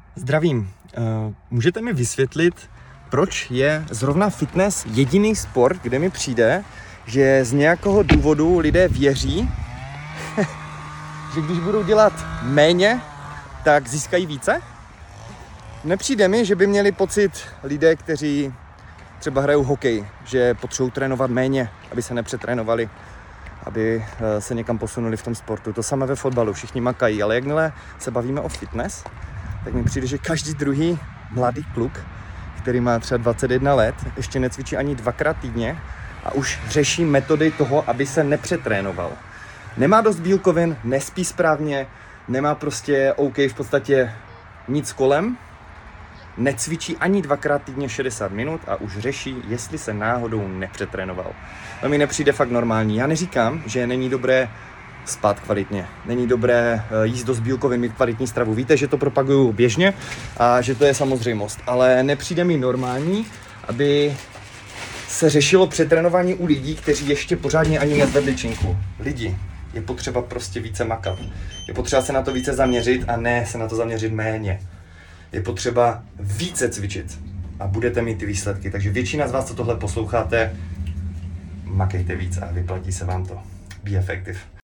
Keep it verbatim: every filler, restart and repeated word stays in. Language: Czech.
Zdravím. Můžete mi vysvětlit, proč je zrovna fitness jediný sport, kde mi přijde, že z nějakého důvodu lidé věří, že když budou dělat méně, tak získají více? Nepřijde mi, že by měli pocit lidé, kteří třeba hrajou hokej, že potřebují trénovat méně, aby se nepřetrénovali, aby se někam posunuli v tom sportu. To samé ve fotbalu, všichni makají, ale jakmile se bavíme o fitness, tak mi přijde, že každý druhý mladý kluk, který má třeba dvacet jedna let, ještě necvičí ani dvakrát týdně a už řeší metody toho, aby se nepřetrénoval. Nemá dost bílkovin, nespí správně, nemá prostě OK v podstatě nic kolem, necvičí ani dvakrát týdně šedesát minut a už řeší, jestli se náhodou nepřetrénoval. To mi nepřijde fakt normální. Já neříkám, že není dobré spát kvalitně, není dobré jíst dost bílkovin, mít kvalitní stravu. Víte, že to propaguju běžně a že to je samozřejmost, ale nepřijde mi normální, aby se řešilo přetrénování u lidí, kteří ještě pořádně ani nezvedli činku. Lidi, je potřeba prostě více makat. Je potřeba se na to více zaměřit a ne se na to zaměřit méně. Je potřeba více cvičit a budete mít ty výsledky. Takže většina z vás, co tohle posloucháte, makejte víc a vyplatí se vám to. Be effective.